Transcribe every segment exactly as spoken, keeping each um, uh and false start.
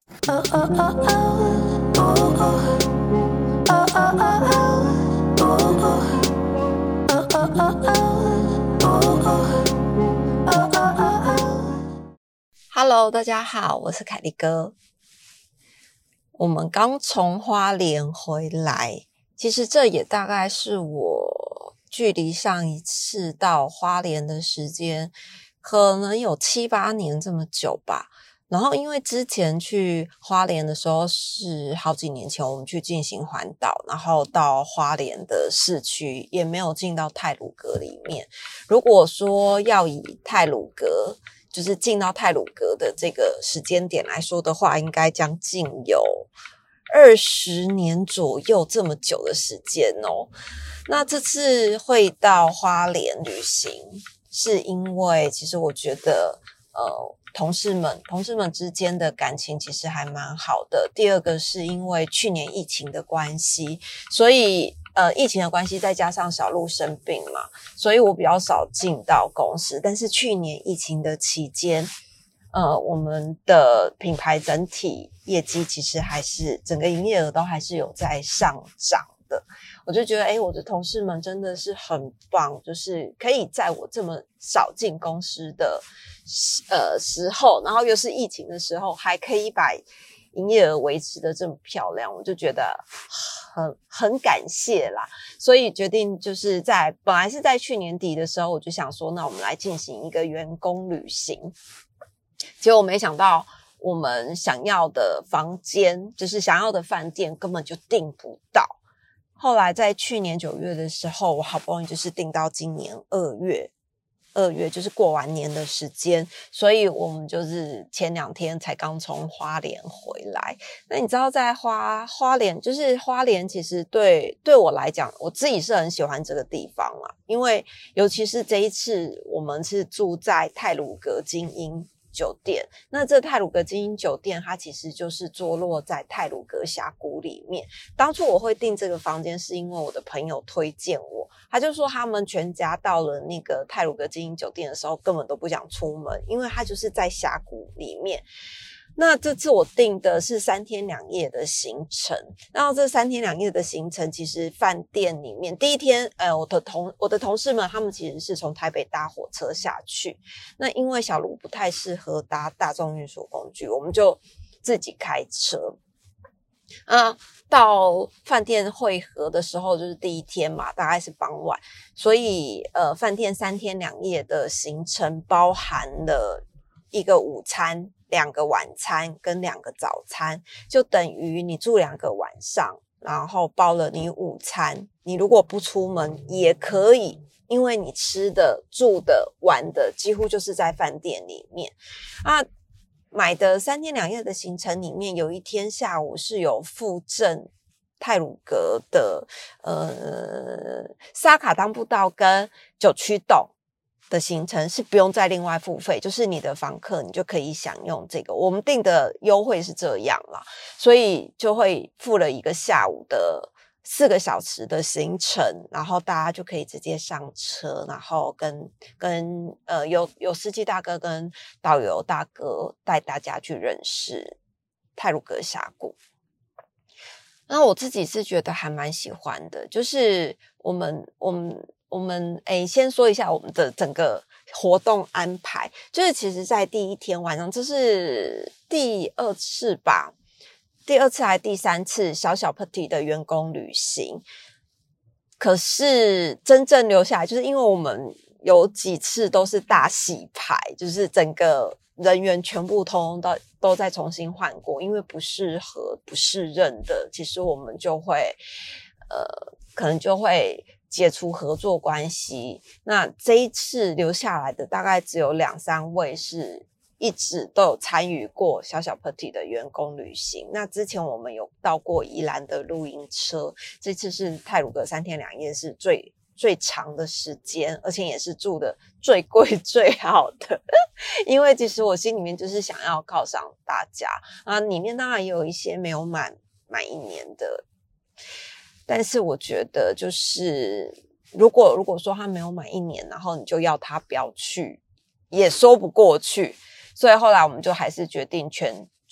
Hello， 大家好，我是凯莉哥。我们刚从花莲回来，其实这也大概是我距离上一次到花莲的时间，可能有七八年这么久吧。然后因为之前去花莲的时候是好几年前，我们去进行环岛，然后到花莲的市区，也没有进到太鲁阁里面。如果说要以太鲁阁就是进到太鲁阁的这个时间点来说的话，应该将近有二十年左右这么久的时间哦。那这次会到花莲旅行，是因为其实我觉得呃同事们同事们之间的感情其实还蛮好的。第二个是因为去年疫情的关系，所以呃，疫情的关系，再加上小鹿生病嘛，所以我比较少进到公司。但是去年疫情的期间，呃，我们的品牌整体业绩其实还是整个营业额都还是有在上涨的。我就觉得，诶，我的同事们真的是很棒，就是可以在我这么少进公司的呃时候，然后又是疫情的时候，还可以把营业额维持的这么漂亮，我就觉得很很感谢啦。所以决定就是在本来是在去年底的时候，我就想说，那我们来进行一个员工旅行。结果没想到我们想要的房间，就是想要的饭店根本就订不到。后来在去年九月的时候，我好不容易就是订到今年二月。二月就是过完年的时间，所以我们就是前两天才刚从花莲回来。那你知道在花花莲，就是花莲其实对对我来讲，我自己是很喜欢这个地方啦，因为尤其是这一次我们是住在太鲁阁精英酒店，那这太鲁阁精英酒店它其实就是坐落在太鲁阁峡谷里面。当初我会订这个房间是因为我的朋友推荐我，他就说他们全家到了那个太鲁阁精英酒店的时候根本都不想出门，因为它就是在峡谷里面。那这次我订的是三天两夜的行程，然后这三天两夜的行程其实饭店里面第一天呃，我的同我的同事们他们其实是从台北搭火车下去，那因为小卢不太适合搭大众运输工具，我们就自己开车啊。到饭店汇合的时候就是第一天嘛，大概是傍晚，所以呃，饭店三天两夜的行程包含了一个午餐、两个晚餐跟两个早餐，就等于你住两个晚上，然后包了你午餐。你如果不出门也可以，因为你吃的、住的、玩的几乎就是在饭店里面啊。买的三天两夜的行程里面，有一天下午是有附赠太鲁阁的呃萨卡当步道跟九曲洞的行程，是不用再另外付费，就是你的房客你就可以享用这个。我们订的优惠是这样啦，所以就会付了一个下午的四个小时的行程，然后大家就可以直接上车，然后跟跟呃有有司机大哥跟导游大哥带大家去认识太鲁阁峡谷。那我自己是觉得还蛮喜欢的，就是我们我们我们诶，先说一下我们的整个活动安排，就是其实在第一天晚上，这是第二次吧。第二次还第三次小小 Party 的员工旅行，可是真正留下来，就是因为我们有几次都是大洗牌，就是整个人员全部通通都都再重新换过，因为不适合不适任的，其实我们就会呃可能就会解除合作关系。那这一次留下来的大概只有两三位是一直都有参与过小小 Party 的员工旅行。那之前我们有到过宜兰的露营车，这次是太鲁阁三天两夜是最最长的时间，而且也是住的最贵最好的因为其实我心里面就是想要犒赏大家啊，里面当然也有一些没有满满一年的，但是我觉得就是如果如果说他没有满一年，然后你就要他不要去，也说不过去，所以后来我们就还是决定全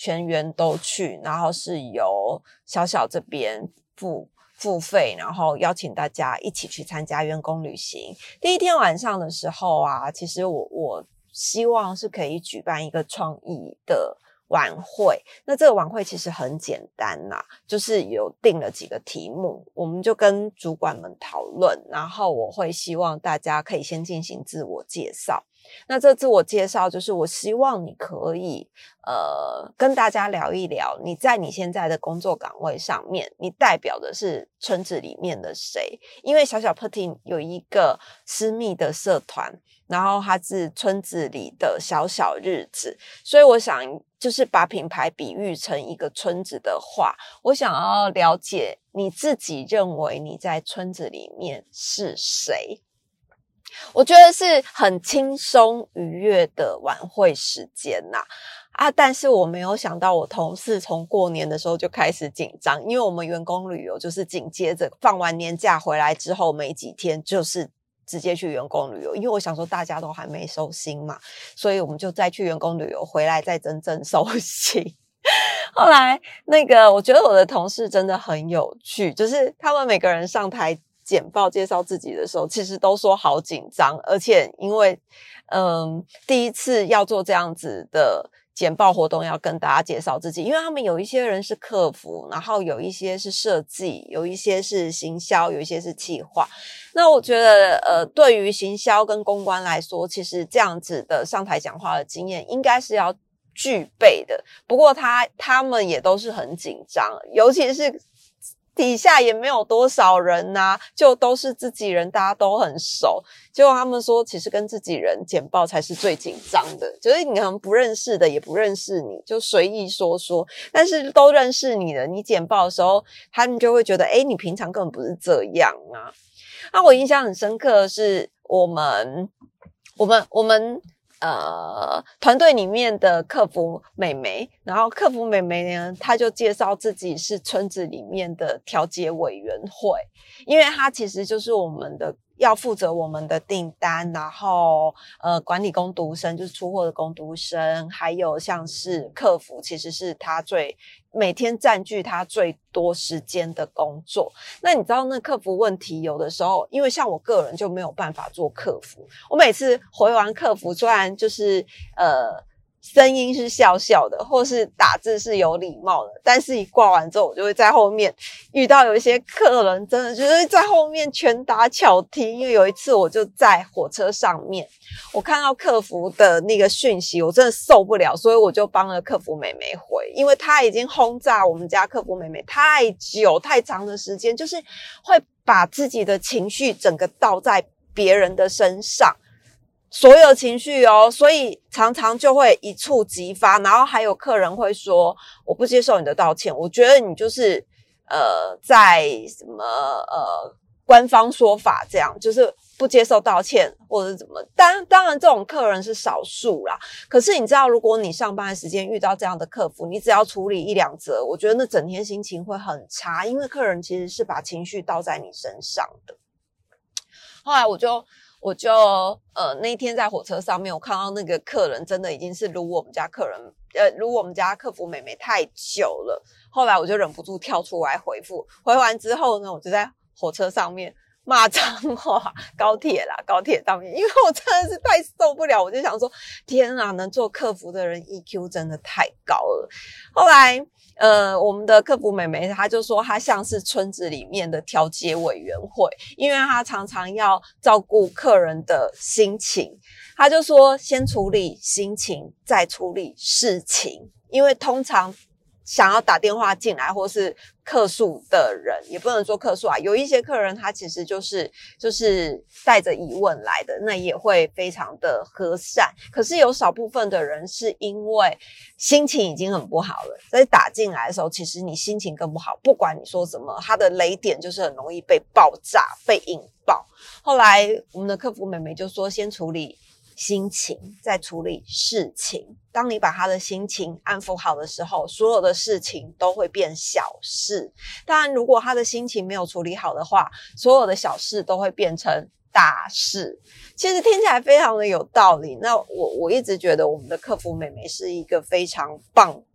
全员都去，然后是由小小这边付付费，然后邀请大家一起去参加员工旅行。第一天晚上的时候啊，其实我我希望是可以举办一个创意的晚会。那这个晚会其实很简单啦，就是有定了几个题目，我们就跟主管们讨论，然后我会希望大家可以先进行自我介绍。那这自我介绍就是我希望你可以呃跟大家聊一聊你在你现在的工作岗位上面，你代表的是村子里面的谁。因为小小 Party 有一个私密的社团，然后它是村子里的小小日子，所以我想就是把品牌比喻成一个村子的话，我想要了解你自己认为你在村子里面是谁。我觉得是很轻松愉悦的晚会时间呐、啊，啊！但是我没有想到，我同事从过年的时候就开始紧张，因为我们员工旅游就是紧接着放完年假回来之后没几天，就是直接去员工旅游。因为我想说大家都还没收心嘛，所以我们就再去员工旅游，回来再真正收心。后来那个，我觉得我的同事真的很有趣，就是他们每个人上台简报介绍自己的时候，其实都说好紧张，而且因为嗯第一次要做这样子的简报活动，要跟大家介绍自己，因为他们有一些人是客服，然后有一些是设计，有一些是行销，有一些是企划。那我觉得呃对于行销跟公关来说，其实这样子的上台讲话的经验应该是要具备的，不过他他们也都是很紧张，尤其是底下也没有多少人啊，就都是自己人，大家都很熟。结果他们说其实跟自己人简报才是最紧张的，就是你可能不认识的也不认识你，就随意说说，但是都认识你的，你简报的时候他们就会觉得诶你平常根本不是这样啊。那我印象很深刻的是我们我们我们呃，团队里面的客服妹妹，然后客服妹妹呢，她就介绍自己是村子里面的调解委员会，因为她其实就是我们的要负责我们的订单，然后呃管理工读生，就是出货的工读生，还有像是客服，其实是她最每天占据他最多时间的工作。那你知道那客服问题有的时候，因为像我个人就没有办法做客服，我每次回完客服，虽然就是呃声音是笑笑的，或是打字是有礼貌的，但是一挂完之后，我就会在后面遇到有一些客人真的就是在后面拳打脚踢。因为有一次我就在火车上面，我看到客服的那个讯息，我真的受不了，所以我就帮了客服妹妹回，因为她已经轰炸我们家客服妹妹太久太长的时间，就是会把自己的情绪整个倒在别人的身上，所有情绪哦，所以常常就会一触即发。然后还有客人会说我不接受你的道歉，我觉得你就是呃在什么呃官方说法这样，就是不接受道歉或者怎么。当当然这种客人是少数啦，可是你知道如果你上班的时间遇到这样的客服，你只要处理一两则，我觉得那整天心情会很差，因为客人其实是把情绪倒在你身上的。后来我就我就呃那一天在火车上面，我看到那个客人真的已经是撸我们家客人呃撸我们家客服妹妹太久了。后来我就忍不住跳出来回复，回完之后呢，我就在火车上面骂脏话，高铁啦高铁上面，因为我真的是太受不了，我就想说天啊，能做客服的人 E Q 真的太高了。后来呃，我们的客服妹妹她就说她像是村子里面的调解委员会，因为她常常要照顾客人的心情，她就说先处理心情再处理事情，因为通常想要打电话进来或是客诉的人，也不能说客诉啊，有一些客人他其实就是就是带着疑问来的，那也会非常的和善。可是有少部分的人是因为心情已经很不好了，所以打进来的时候其实你心情更不好，不管你说什么，他的雷点就是很容易被爆炸被引爆。后来我们的客服妹妹就说先处理心情再处理事情，当你把他的心情安抚好的时候，所有的事情都会变小事。当然如果他的心情没有处理好的话，所有的小事都会变成大事。其实听起来非常的有道理。那我我一直觉得我们的客服妹妹是一个非常棒的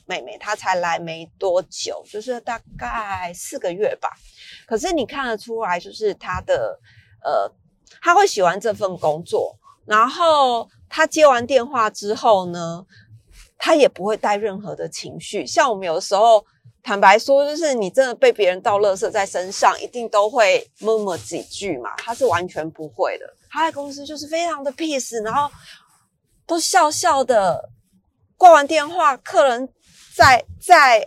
妹妹，她才来没多久，就是大概四个月吧。可是你看得出来，就是她的呃，她会喜欢这份工作，然后她接完电话之后呢，她也不会带任何的情绪。像我们有时候坦白说，就是你真的被别人倒垃圾在身上，一定都会摸摸几句嘛，她是完全不会的。她在公司就是非常的 peace， 然后都笑笑的。挂完电话，客人在在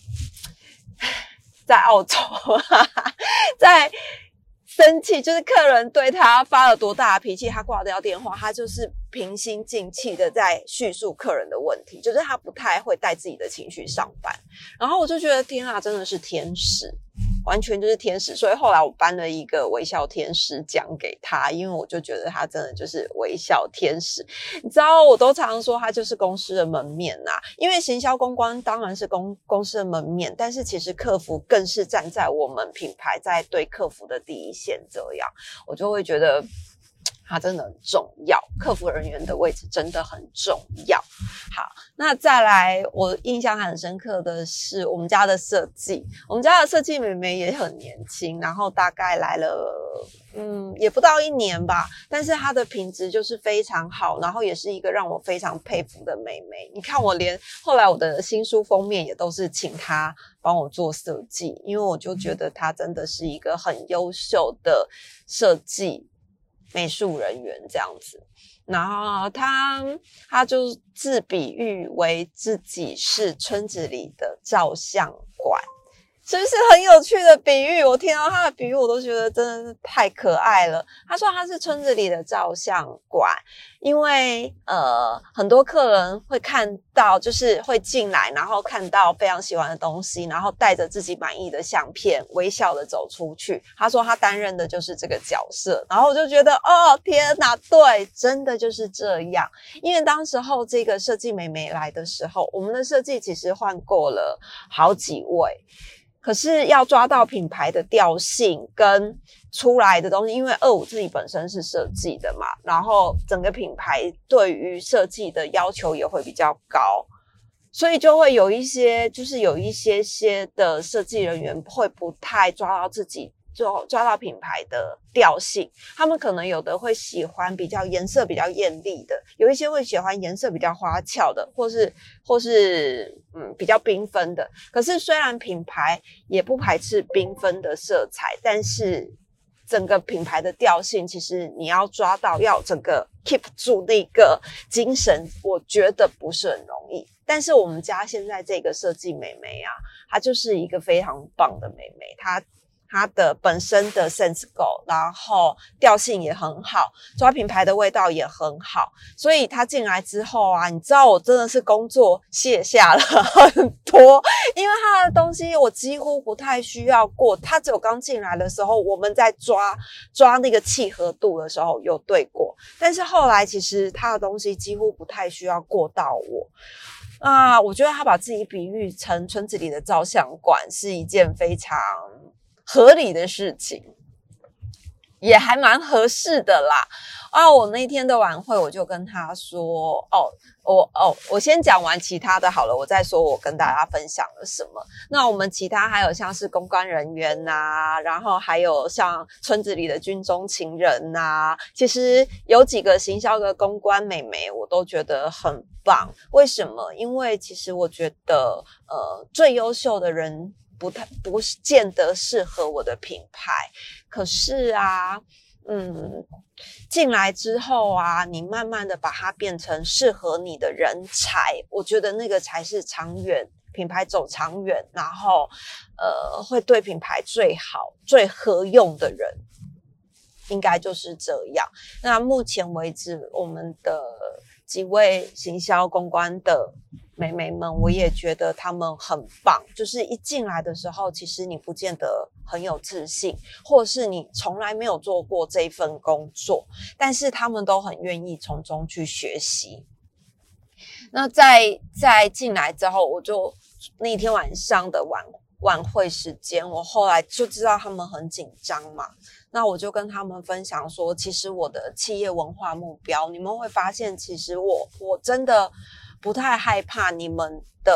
在澳洲在生气，就是客人对他发了多大的脾气，他挂掉电话，他就是平心静气的在叙述客人的问题，就是他不太会带自己的情绪上班。然后我就觉得天啊，真的是天使，完全就是天使。所以后来我颁了一个微笑天使奖给他，因为我就觉得他真的就是微笑天使。你知道我都常说他就是公司的门面啊，因为行销公关当然是公公司的门面，但是其实客服更是站在我们品牌在对客服的第一线，这样我就会觉得它真的很重要，客服人员的位置真的很重要。好，那再来我印象很深刻的是我们家的设计，我们家的设计妹妹也很年轻，然后大概来了嗯也不到一年吧，但是她的品质就是非常好，然后也是一个让我非常佩服的妹妹。你看我连后来我的新书封面也都是请她帮我做设计，因为我就觉得她真的是一个很优秀的设计美术人员这样子。然后他他就自比喻为自己是村子里的照相馆，是不是很有趣的比喻？我听到他的比喻我都觉得真的是太可爱了。他说他是村子里的照相馆，因为呃很多客人会看到，就是会进来，然后看到非常喜欢的东西，然后带着自己满意的相片微笑的走出去。他说他担任的就是这个角色，然后我就觉得哦天哪，对，真的就是这样。因为当时候这个设计妹妹来的时候，我们的设计其实换过了好几位，可是要抓到品牌的调性跟出来的东西，因为二五自己本身是设计的嘛，然后整个品牌对于设计的要求也会比较高，所以就会有一些就是有一些些的设计人员会不太抓到自己就抓到品牌的调性，他们可能有的会喜欢比较颜色比较艳丽的，有一些会喜欢颜色比较花俏的，或是或是嗯比较缤纷的。可是虽然品牌也不排斥缤纷的色彩，但是整个品牌的调性其实你要抓到，要整个 keep 住那个精神，我觉得不是很容易。但是我们家现在这个设计妹妹啊，她就是一个非常棒的妹妹，她它的本身的 sense 够，然后调性也很好，抓品牌的味道也很好，所以它进来之后啊，你知道我真的是工作卸下了很多，因为它的东西我几乎不太需要过，它只有刚进来的时候我们在抓抓那个契合度的时候有对过，但是后来其实它的东西几乎不太需要过到我。啊，我觉得他把自己比喻成村子里的照相馆是一件非常合理的事情，也还蛮合适的啦。啊，我那天的晚会我就跟他说，哦，我哦，我先讲完其他的好了，我再说我跟大家分享了什么。那我们其他还有像是公关人员啊，然后还有像村子里的军中情人啊，其实有几个行销的公关妹妹我都觉得很棒。为什么？因为其实我觉得呃最优秀的人不太不见得适合我的品牌，可是啊嗯，进来之后啊，你慢慢的把它变成适合你的人才，我觉得那个才是长远品牌走长远，然后呃会对品牌最好最合用的人，应该就是这样。那目前为止我们的几位行销公关的妹妹们，我也觉得她们很棒，就是一进来的时候其实你不见得很有自信，或是你从来没有做过这一份工作，但是她们都很愿意从中去学习。那在在进来之后，我就那天晚上的晚晚会时间，我后来就知道他们很紧张嘛，那我就跟他们分享说，其实我的企业文化目标，你们会发现其实我我真的不太害怕你们的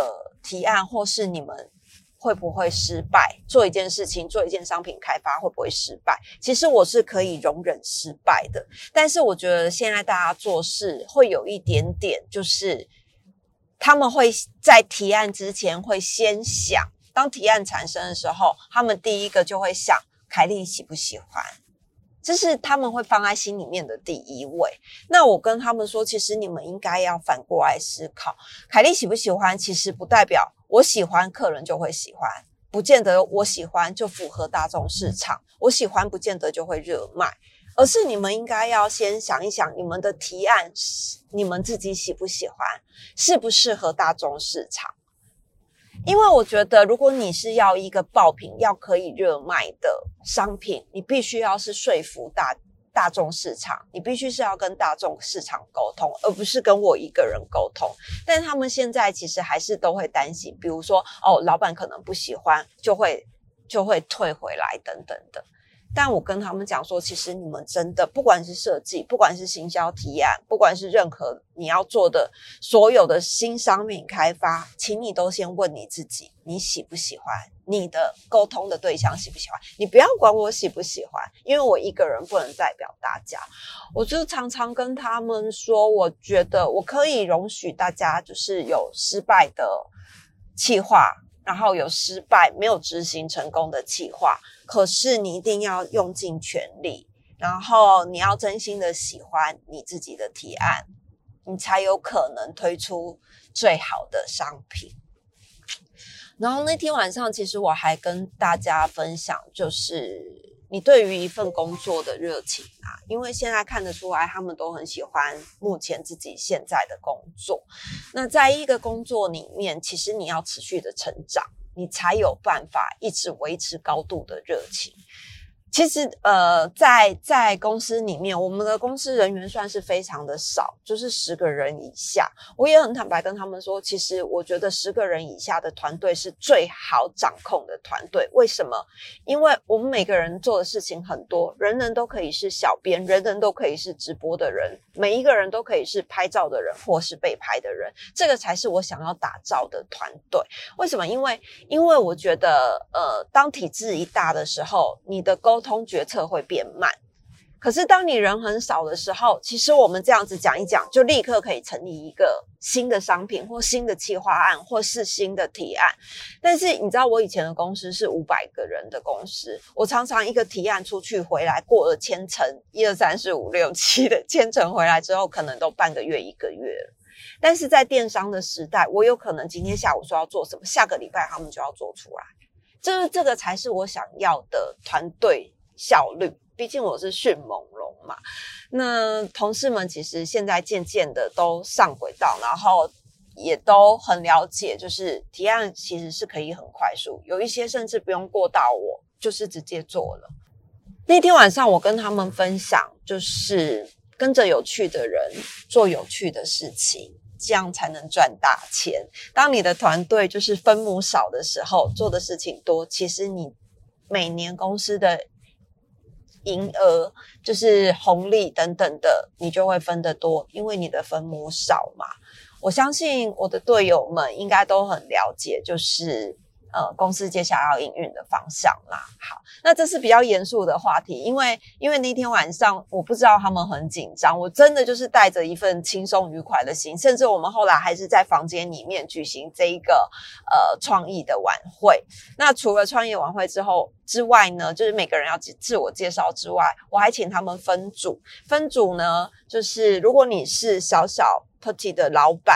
提案或是你们会不会失败，做一件事情，做一件商品开发会不会失败，其实我是可以容忍失败的。但是我觉得现在大家做事会有一点点，就是他们会在提案之前会先想，当提案产生的时候，他们第一个就会想凯莉喜不喜欢，这是他们会放在心里面的第一位。那我跟他们说，其实你们应该要反过来思考，凯莉喜不喜欢其实不代表我喜欢客人就会喜欢，不见得我喜欢就符合大众市场，我喜欢不见得就会热卖，而是你们应该要先想一想，你们的提案你们自己喜不喜欢，适不适合大众市场。因为我觉得如果你是要一个爆品，要可以热卖的商品，你必须要是说服大大众市场，你必须是要跟大众市场沟通，而不是跟我一个人沟通。但是他们现在其实还是都会担心，比如说哦，老板可能不喜欢，就会就会退回来等等的。但我跟他们讲说，其实你们真的不管是设计，不管是行销提案，不管是任何你要做的所有的新商品开发，请你都先问你自己，你喜不喜欢，你的沟通的对象喜不喜欢，你不要管我喜不喜欢，因为我一个人不能代表大家。我就常常跟他们说，我觉得我可以容许大家就是有失败的企划，然后有失败没有执行成功的企划，可是你一定要用尽全力，然后你要真心的喜欢你自己的提案，你才有可能推出最好的商品。然后那天晚上其实我还跟大家分享，就是你对于一份工作的热情啊，因为现在看得出来他们都很喜欢目前自己现在的工作。那在一个工作里面，其实你要持续的成长，你才有办法一直维持高度的热情。其实呃，在在公司里面，我们的公司人员算是非常的少，就是十个人以下。我也很坦白跟他们说，其实我觉得十个人以下的团队是最好掌控的团队。为什么？因为我们每个人做的事情很多，人人都可以是小编，人人都可以是直播的人，每一个人都可以是拍照的人或是被拍的人，这个才是我想要打造的团队。为什么？因为因为我觉得呃，当体制一大的时候，你的沟通决策会变慢，可是当你人很少的时候，其实我们这样子讲一讲，就立刻可以成立一个新的商品或新的企划案或是新的提案。但是你知道我以前的公司是五百个人的公司，我常常一个提案出去回来，过了千层一二三四五六七的千层回来之后，可能都半个月一个月了。但是在电商的时代，我有可能今天下午说要做什么，下个礼拜他们就要做出来，这这个才是我想要的团队效率。毕竟我是迅猛龙嘛，那同事们其实现在渐渐的都上轨道，然后也都很了解，就是提案其实是可以很快速，有一些甚至不用过到我，就是直接做了。那天晚上我跟他们分享，就是跟着有趣的人做有趣的事情，这样才能赚大钱。当你的团队就是分母少的时候，做的事情多，其实你每年公司的营额就是红利等等的，你就会分得多，因为你的分母少嘛。我相信我的队友们应该都很了解，就是呃公司接下来要营运的方向啦。好，那这是比较严肃的话题，因为因为那天晚上我不知道他们很紧张，我真的就是带着一份轻松愉快的心，甚至我们后来还是在房间里面举行这一个呃创意的晚会。那除了创意晚会之后之外呢，就是每个人要自我介绍之外，我还请他们分组。分组呢，就是如果你是小小 Petit 的老板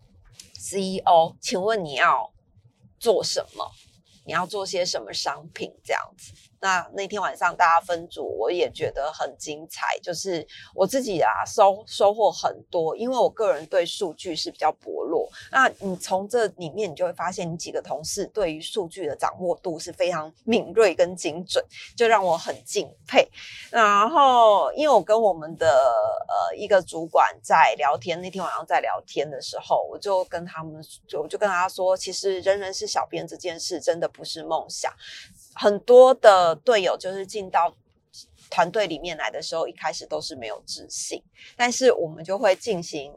C E O， 请问你要做什么？你要做些什么商品这样子？那那天晚上大家分组，我也觉得很精彩，就是我自己啊收收获很多，因为我个人对数据是比较薄弱。那你从这里面你就会发现，你几个同事对于数据的掌握度是非常敏锐跟精准，就让我很敬佩。然后因为我跟我们的呃一个主管在聊天，那天晚上在聊天的时候，我就跟他们就我就跟他说，其实人人是小编这件事真的不是梦想。很多的队友就是进到团队里面来的时候，一开始都是没有自信，但是我们就会进行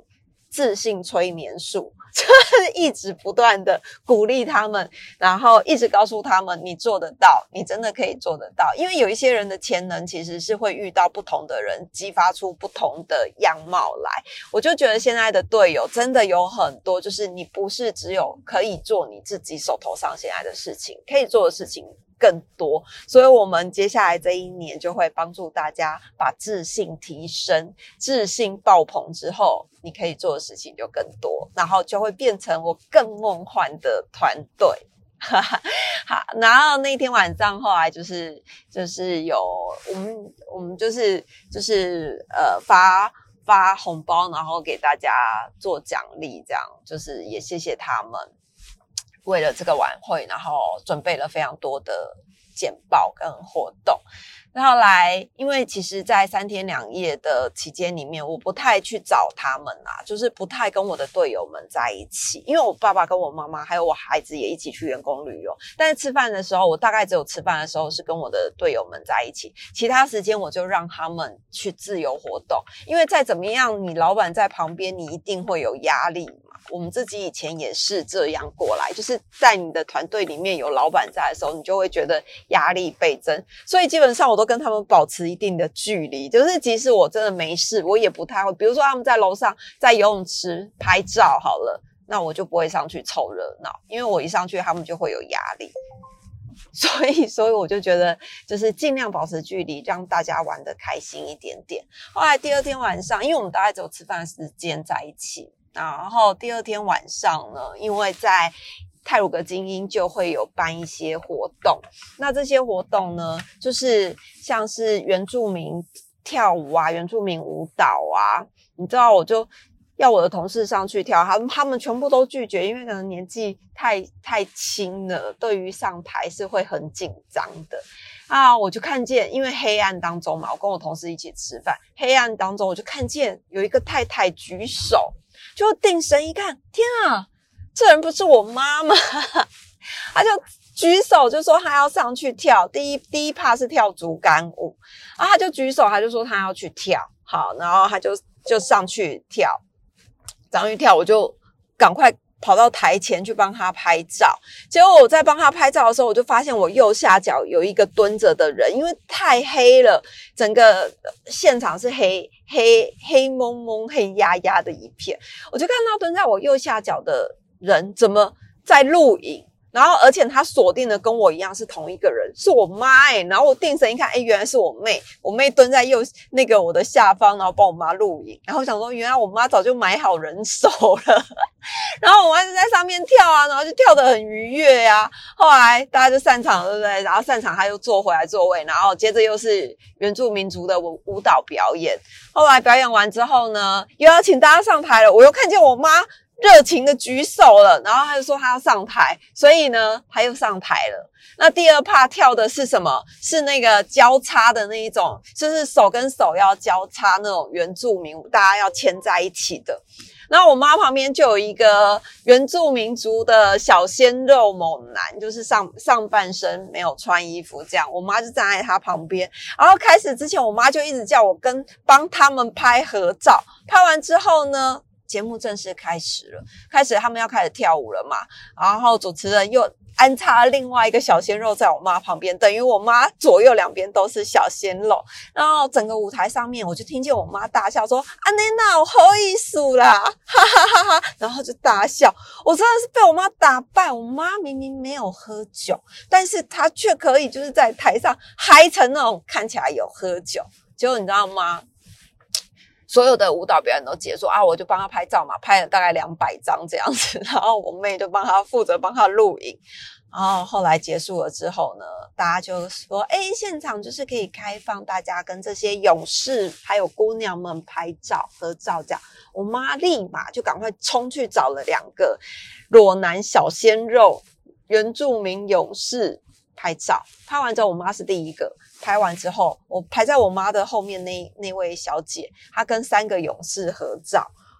自信催眠术，就是一直不断的鼓励他们，然后一直告诉他们你做得到，你真的可以做得到。因为有一些人的潜能其实是会遇到不同的人，激发出不同的样貌来。我就觉得现在的队友真的有很多，就是你不是只有可以做你自己手头上现在的事情，可以做的事情更多，所以我们接下来这一年就会帮助大家把自信提升，自信爆棚之后，你可以做的事情就更多，然后就会变成我更梦幻的团队。好，然后那天晚上后来就是就是有我们我们就是就是呃发发红包，然后给大家做奖励，这样就是也谢谢他们。为了这个晚会，然后准备了非常多的简报跟活动。然后来，因为其实在三天两夜的期间里面，我不太去找他们啦，就是不太跟我的队友们在一起，因为我爸爸跟我妈妈还有我孩子也一起去员工旅游，但是吃饭的时候，我大概只有吃饭的时候是跟我的队友们在一起，其他时间我就让他们去自由活动，因为再怎么样，你老板在旁边，你一定会有压力嘛。我们自己以前也是这样过来，就是在你的团队里面有老板在的时候，你就会觉得压力倍增，所以基本上我都跟他们保持一定的距离，就是即使我真的没事，我也不太会，比如说他们在楼上在游泳池拍照好了，那我就不会上去凑热闹，因为我一上去他们就会有压力，所以所以我就觉得就是尽量保持距离，让大家玩得开心一点点。后来第二天晚上，因为我们大概只有吃饭的时间在一起，然后第二天晚上呢，因为在太鲁阁精英就会有办一些活动，那这些活动呢，就是像是原住民跳舞啊，原住民舞蹈啊，你知道我就要我的同事上去跳，他们他们全部都拒绝，因为可能年纪太太轻了，对于上台是会很紧张的啊。我就看见，因为黑暗当中嘛，我跟我同事一起吃饭，黑暗当中我就看见有一个太太举手，就定神一看，天啊，这人不是我妈吗？他就举手就说他要上去跳，第一第一趴是跳竹竿舞，然后他就举手，他就说他要去跳，好，然后他就就上去跳，上去跳，我就赶快跑到台前去帮他拍照。结果我在帮他拍照的时候，我就发现我右下角有一个蹲着的人，因为太黑了，整个现场是黑黑黑蒙蒙黑压压的一片，我就看到蹲在我右下角的人怎么在录影，然后而且他锁定的跟我一样是同一个人，是我妈欸，然后我定神一看，诶，原来是我妹，我妹蹲在右那个我的下方，然后帮我妈录影，然后我想说原来我妈早就买好人手了，然后我妈就在上面跳啊，然后就跳得很愉悦啊，后来大家就散场了，对不对？然后散场他又坐回来座位，然后接着又是原住民族的舞舞蹈表演，后来表演完之后呢，又要请大家上台了，我又看见我妈热情的举手了，然后他就说他要上台，所以呢他又上台了。那第二趴跳的是什么？是那个交叉的那一种，就是手跟手要交叉那种原住民舞，大家要牵在一起的。然后我妈旁边就有一个原住民族的小鲜肉猛男，就是上上半身没有穿衣服这样，我妈就站在他旁边，然后开始之前我妈就一直叫我跟帮他们拍合照，拍完之后呢节目正式开始了，开始他们要开始跳舞了嘛，然后主持人又安插另外一个小鲜肉在我妈旁边，等于我妈左右两边都是小鲜肉，然后整个舞台上面我就听见我妈大笑说啊那那我好意思啦，哈哈哈哈，然后就大笑，我真的是被我妈打败，我妈明明没有喝酒，但是她却可以就是在台上嗨成那种看起来有喝酒，结果你知道吗？所有的舞蹈表演都结束啊，我就帮他拍照嘛，拍了大概两百张这样子，然后我妹就帮他负责帮他录影，然后后来结束了之后呢，大家就说，诶，现场就是可以开放大家跟这些勇士还有姑娘们拍照合照这样，我妈立马就赶快冲去找了两个裸男小鲜肉原住民勇士拍照，拍完之后我妈是第一个，拍完之后我排在我妈的后面那那位小姐她跟三个勇士合照，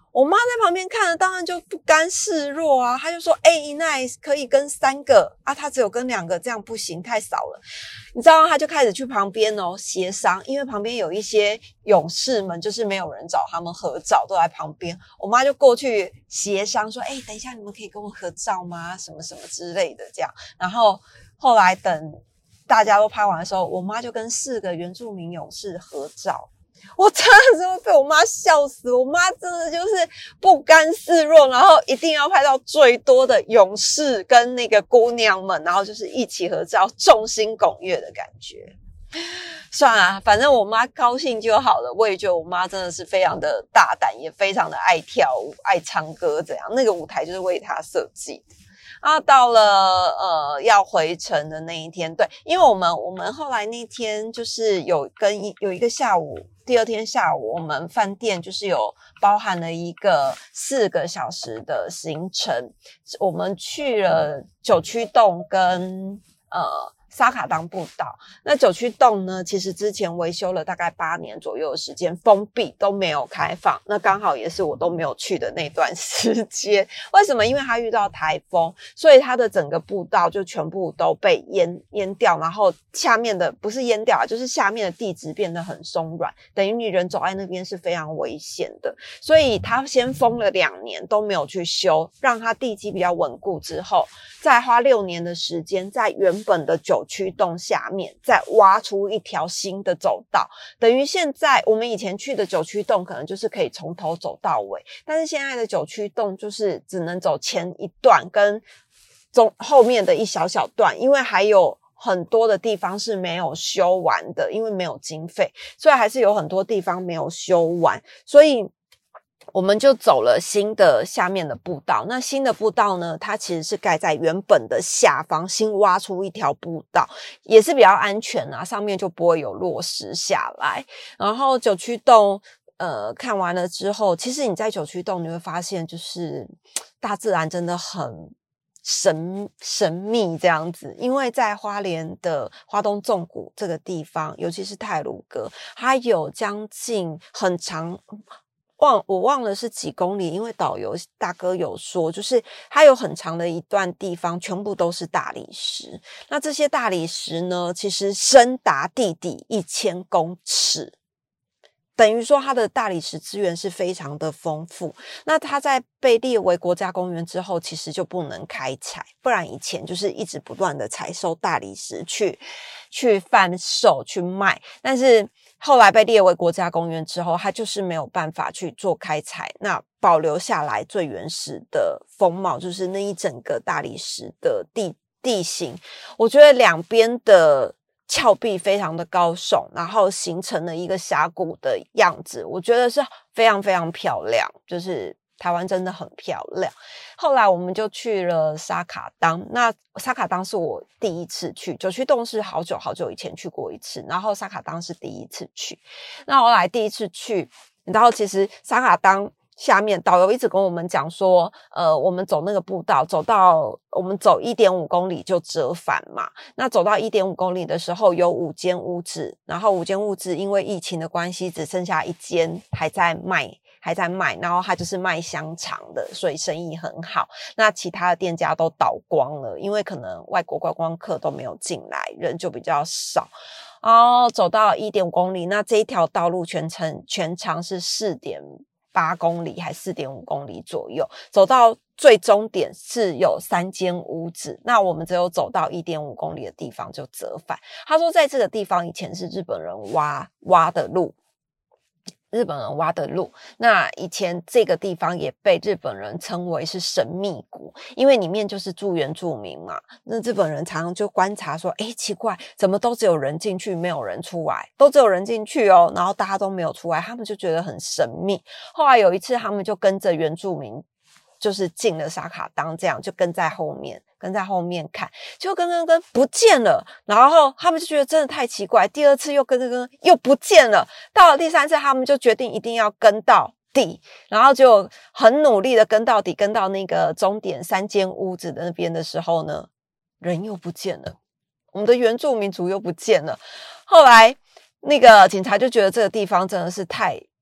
我妈在旁边看了，当然就不甘示弱啊，她就说：“哎、欸，那可以跟三个啊，她只有跟两个，这样不行，太少了。”你知道，她就开始去旁边哦协商，因为旁边有一些勇士们，就是没有人找他们合照，都在旁边。我妈就过去协商说：“哎、欸，等一下，你们可以跟我合照吗？什么什么之类的，这样。”然后后来等大家都拍完的时候，我妈就跟四个原住民勇士合照。我真的是会被我妈笑死，我妈真的就是不甘示弱，然后一定要拍到最多的勇士跟那个姑娘们，然后就是一起合照，众星拱月的感觉。算了，反正我妈高兴就好了。我也觉得我妈真的是非常的大胆，也非常的爱跳舞、爱唱歌，这样那个舞台就是为她设计的。啊，到了呃要回程的那一天，对，因为我们我们后来那天就是有跟一有一个下午，第二天下午我们饭店就是有包含了一个四个小时的行程，我们去了九曲洞跟呃沙卡当步道。那九曲洞呢，其实之前维修了大概八年左右的时间，封闭都没有开放，那刚好也是我都没有去的那段时间。为什么？因为它遇到台风，所以它的整个步道就全部都被淹淹掉，然后下面的不是淹掉，就是下面的地质变得很松软，等于你人走在那边是非常危险的，所以它先封了两年都没有去修，让它地基比较稳固之后，再花六年的时间在原本的九曲洞下面再挖出一条新的走道，等于现在我们以前去的九曲洞可能就是可以从头走到尾，但是现在的九曲洞就是只能走前一段跟中后面的一小小段，因为还有很多的地方是没有修完的，因为没有经费，所以还是有很多地方没有修完，所以我们就走了新的下面的步道。那新的步道呢，它其实是盖在原本的下方，新挖出一条步道，也是比较安全啊，上面就不会有落石下来。然后九曲洞呃看完了之后，其实你在九曲洞你会发现就是大自然真的很神神秘这样子，因为在花莲的花东纵谷这个地方，尤其是太鲁阁，它有将近很长忘我忘了是几公里，因为导游大哥有说，就是它有很长的一段地方全部都是大理石。那这些大理石呢，其实深达地底一千公尺，等于说它的大理石资源是非常的丰富。那它在被列为国家公园之后，其实就不能开采，不然以前就是一直不断的采收大理石去去贩售去卖，但是后来被列为国家公园之后，它就是没有办法去做开采，那保留下来最原始的风貌，就是那一整个大理石的地地形。我觉得两边的峭壁非常的高耸，然后形成了一个峡谷的样子，我觉得是非常非常漂亮，就是台湾真的很漂亮。后来我们就去了沙卡当，那沙卡当是我第一次去，九曲洞是好久好久以前去过一次，然后沙卡当是第一次去。那后来第一次去，然后其实沙卡当下面导游一直跟我们讲说，呃，我们走那个步道，走到我们走 一点五公里就折返嘛。那走到 一点五公里的时候，有五间屋子，然后五间屋子因为疫情的关系，只剩下一间还在卖。还在卖，然后他就是卖香肠的，所以生意很好。那其他的店家都倒光了，因为可能外国观光客都没有进来，人就比较少。然后走到 一点五公里，那这一条道路全程全长是 四点八公里还 四点五公里左右，走到最终点是有三间屋子，那我们只有走到 一点五公里的地方就折返。他说在这个地方以前是日本人挖挖的路，日本人挖的路，那以前这个地方也被日本人称为是神秘谷，因为里面就是住原住民嘛。那日本人常常就观察说，诶，奇怪，怎么都只有人进去，没有人出来，都只有人进去哦，然后大家都没有出来，他们就觉得很神秘。后来有一次，他们就跟着原住民，就是进了沙卡当，这样就跟在后面。跟在后面看，就跟跟跟不见了，然后他们就觉得真的太奇怪，第二次又跟跟跟又不见了，到了第三次他们就决定一定要跟到底，然后就很努力的跟到底，跟到那个终点三间屋子的那边的时候呢，人又不见了，我们的原住民族又不见了。后来那个警察就觉得这个地方真的是太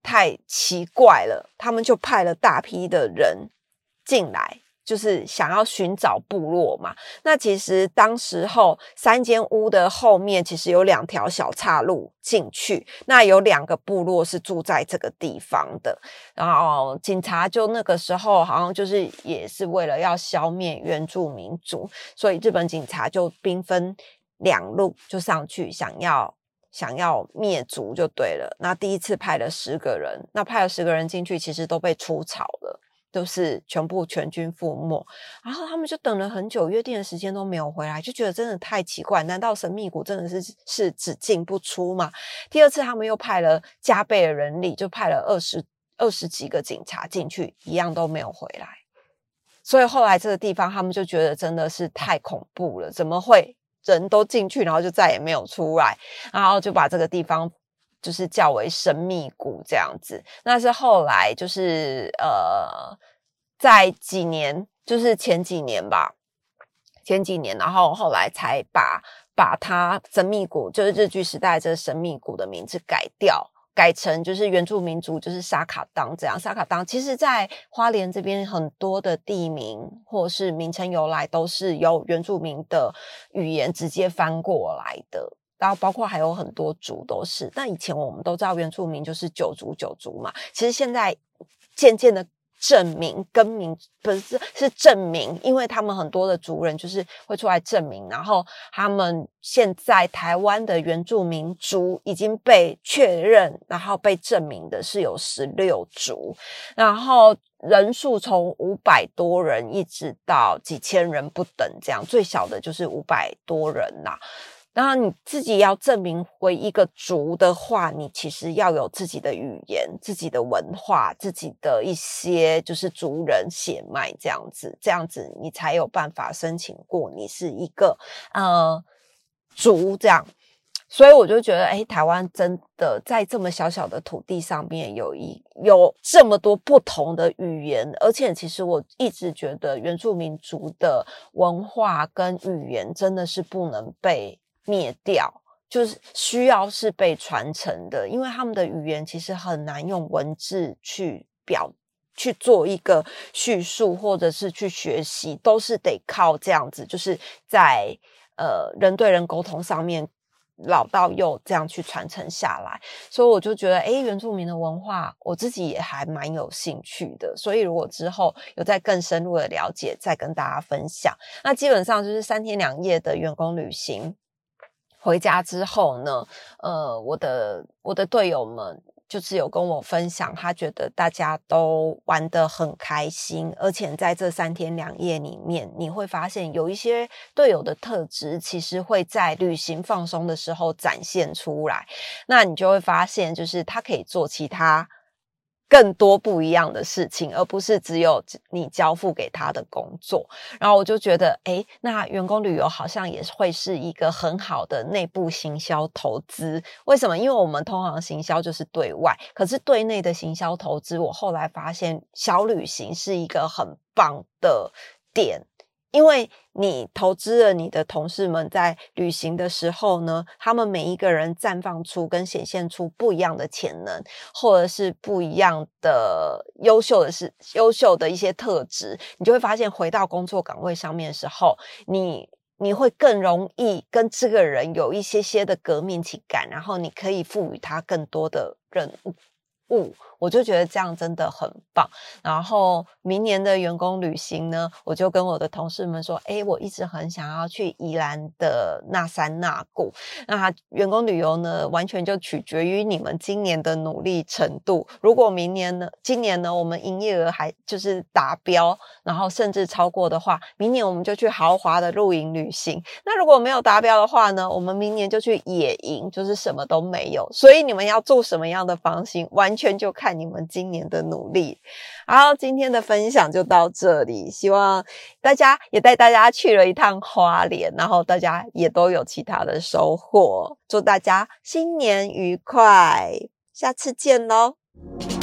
太奇怪了，他们就派了大批的人进来，就是想要寻找部落嘛。那其实当时候三间屋的后面其实有两条小岔路进去，那有两个部落是住在这个地方的，然后警察就那个时候好像就是也是为了要消灭原住民族，所以日本警察就兵分两路就上去想要想要灭族就对了。那第一次派了十个人，那派了十个人进去其实都被出草了，都是全部全军覆没，然后他们就等了很久，约定的时间都没有回来，就觉得真的太奇怪，难道神秘谷真的是是只进不出吗？第二次他们又派了加倍的人力，就派了二十二十几个警察进去，一样都没有回来。所以后来这个地方他们就觉得真的是太恐怖了，怎么会人都进去然后就再也没有出来，然后就把这个地方就是叫为神秘谷这样子。那是后来就是呃，在几年，就是前几年吧，前几年，然后后来才把把它神秘谷，就是日据时代这个神秘谷的名字改掉，改成就是原住民族，就是沙卡当这样。沙卡当其实在花莲这边很多的地名或是名称由来都是由原住民的语言直接翻过来的，然后包括还有很多族都是。那以前我们都知道原住民就是九族九族嘛，其实现在渐渐的证明更名，不是是证明，因为他们很多的族人就是会出来证明，然后他们现在台湾的原住民族已经被确认，然后被证明的是有十六族，然后人数从五百多人一直到几千人不等，这样最小的就是五百多人啦。然后你自己要证明为一个族的话，你其实要有自己的语言、自己的文化、自己的一些就是族人血脉这样子，这样子你才有办法申请过你是一个呃族这样。所以我就觉得诶台湾真的在这么小小的土地上面有一有这么多不同的语言，而且其实我一直觉得原住民族的文化跟语言真的是不能被灭掉，就是需要是被传承的，因为他们的语言其实很难用文字去表去做一个叙述或者是去学习，都是得靠这样子，就是在呃人对人沟通上面老到幼这样去传承下来。所以我就觉得诶原住民的文化我自己也还蛮有兴趣的，所以如果之后有再更深入的了解再跟大家分享。那基本上就是三天两夜的员工旅行回家之后呢，呃，我的我的队友们就是有跟我分享，他觉得大家都玩得很开心，而且在这三天两夜里面，你会发现有一些队友的特质其实会在旅行放松的时候展现出来，那你就会发现就是他可以做其他更多不一样的事情，而不是只有你交付给他的工作。然后我就觉得诶那员工旅游好像也会是一个很好的内部行销投资。为什么？因为我们通常行销就是对外，可是对内的行销投资我后来发现小旅行是一个很棒的点，因为你投资了你的同事们在旅行的时候呢，他们每一个人绽放出跟显现出不一样的潜能，或者是不一样的优秀的是优秀的一些特质，你就会发现回到工作岗位上面的时候，你你会更容易跟这个人有一些些的革命情感，然后你可以赋予他更多的任务，我就觉得这样真的很棒。然后明年的员工旅行呢，我就跟我的同事们说诶我一直很想要去宜兰的那山那谷，那员工旅游呢完全就取决于你们今年的努力程度。如果明年呢今年呢我们营业额还就是达标，然后甚至超过的话，明年我们就去豪华的露营旅行。那如果没有达标的话呢，我们明年就去野营，就是什么都没有。所以你们要做什么样的房型完全就看你们今年的努力。好，今天的分享就到这里，希望大家也带大家去了一趟花莲，然后大家也都有其他的收获。祝大家新年愉快，下次见咯。